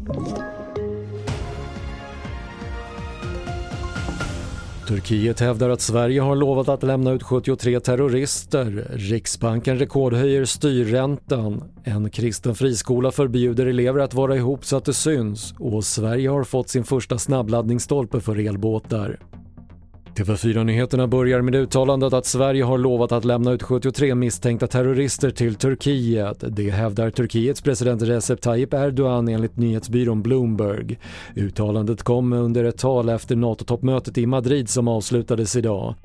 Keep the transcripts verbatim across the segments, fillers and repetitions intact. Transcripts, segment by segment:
Turkiet hävdar att Sverige har lovat att lämna ut sjuttiotre terrorister. Riksbanken rekordhöjer styrräntan. En kristen friskola förbjuder elever att vara ihop så att det syns. Och Sverige har fått sin första snabbladdningsstolpe för elbåtar. T V fyra-nyheterna börjar med uttalandet att Sverige har lovat att lämna ut sjuttiotre misstänkta terrorister till Turkiet. Det hävdar Turkiets president Recep Tayyip Erdogan enligt nyhetsbyrån Bloomberg. Uttalandet kom under ett tal efter NATO-toppmötet i Madrid som avslutades idag.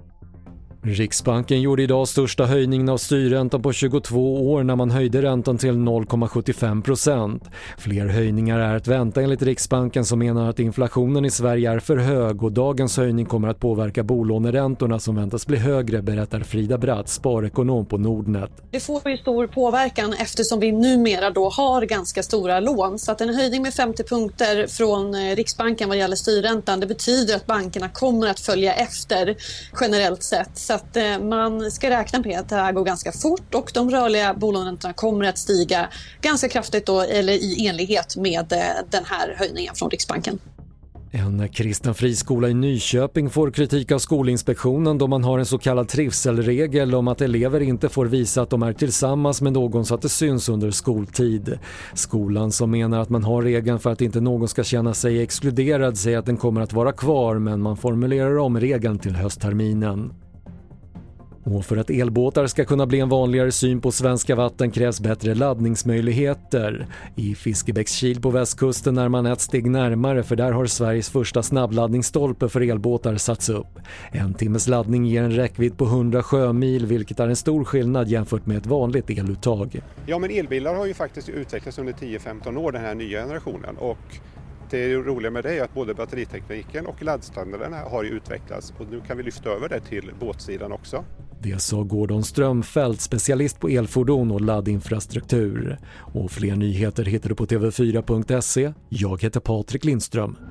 Riksbanken gjorde idag största höjningen av styrräntan på tjugotvå år när man höjde räntan till noll komma sjuttiofem procent. Fler höjningar är att vänta enligt Riksbanken som menar att inflationen i Sverige är för hög och dagens höjning kommer att påverka bolåneräntorna som väntas bli högre, berättar Frida Bratt, sparekonom på Nordnet. Det får ju stor påverkan eftersom vi numera då har ganska stora lån, så att en höjning med femtio punkter från Riksbanken vad gäller styrräntan, det betyder att bankerna kommer att följa efter generellt sett. Så att man ska räkna med att det här går ganska fort och de rörliga bolåneräntorna kommer att stiga ganska kraftigt då, eller i enlighet med den här höjningen från Riksbanken. En kristen friskola i Nyköping får kritik av Skolinspektionen då man har en så kallad trivselregel om att elever inte får visa att de är tillsammans med någon så att det syns under skoltid. Skolan som menar att man har regeln för att inte någon ska känna sig exkluderad säger att den kommer att vara kvar, men man formulerar om regeln till höstterminen. Och för att elbåtar ska kunna bli en vanligare syn på svenska vatten krävs bättre laddningsmöjligheter. I Fiskebäckskil på västkusten är man ett steg närmare, för där har Sveriges första snabbladdningsstolpe för elbåtar satts upp. En timmes laddning ger en räckvidd på hundra sjömil, vilket är en stor skillnad jämfört med ett vanligt eluttag. Ja, men elbilar har ju faktiskt utvecklats under tio till femton år, den här nya generationen, och det roliga med det är att både batteritekniken och laddstandarden har ju utvecklats och nu kan vi lyfta över det till båtsidan också. Det sa Gordon Strömfält, specialist på elfordon och laddinfrastruktur. Och fler nyheter hittar du på t v fyra punkt se. Jag heter Patrik Lindström.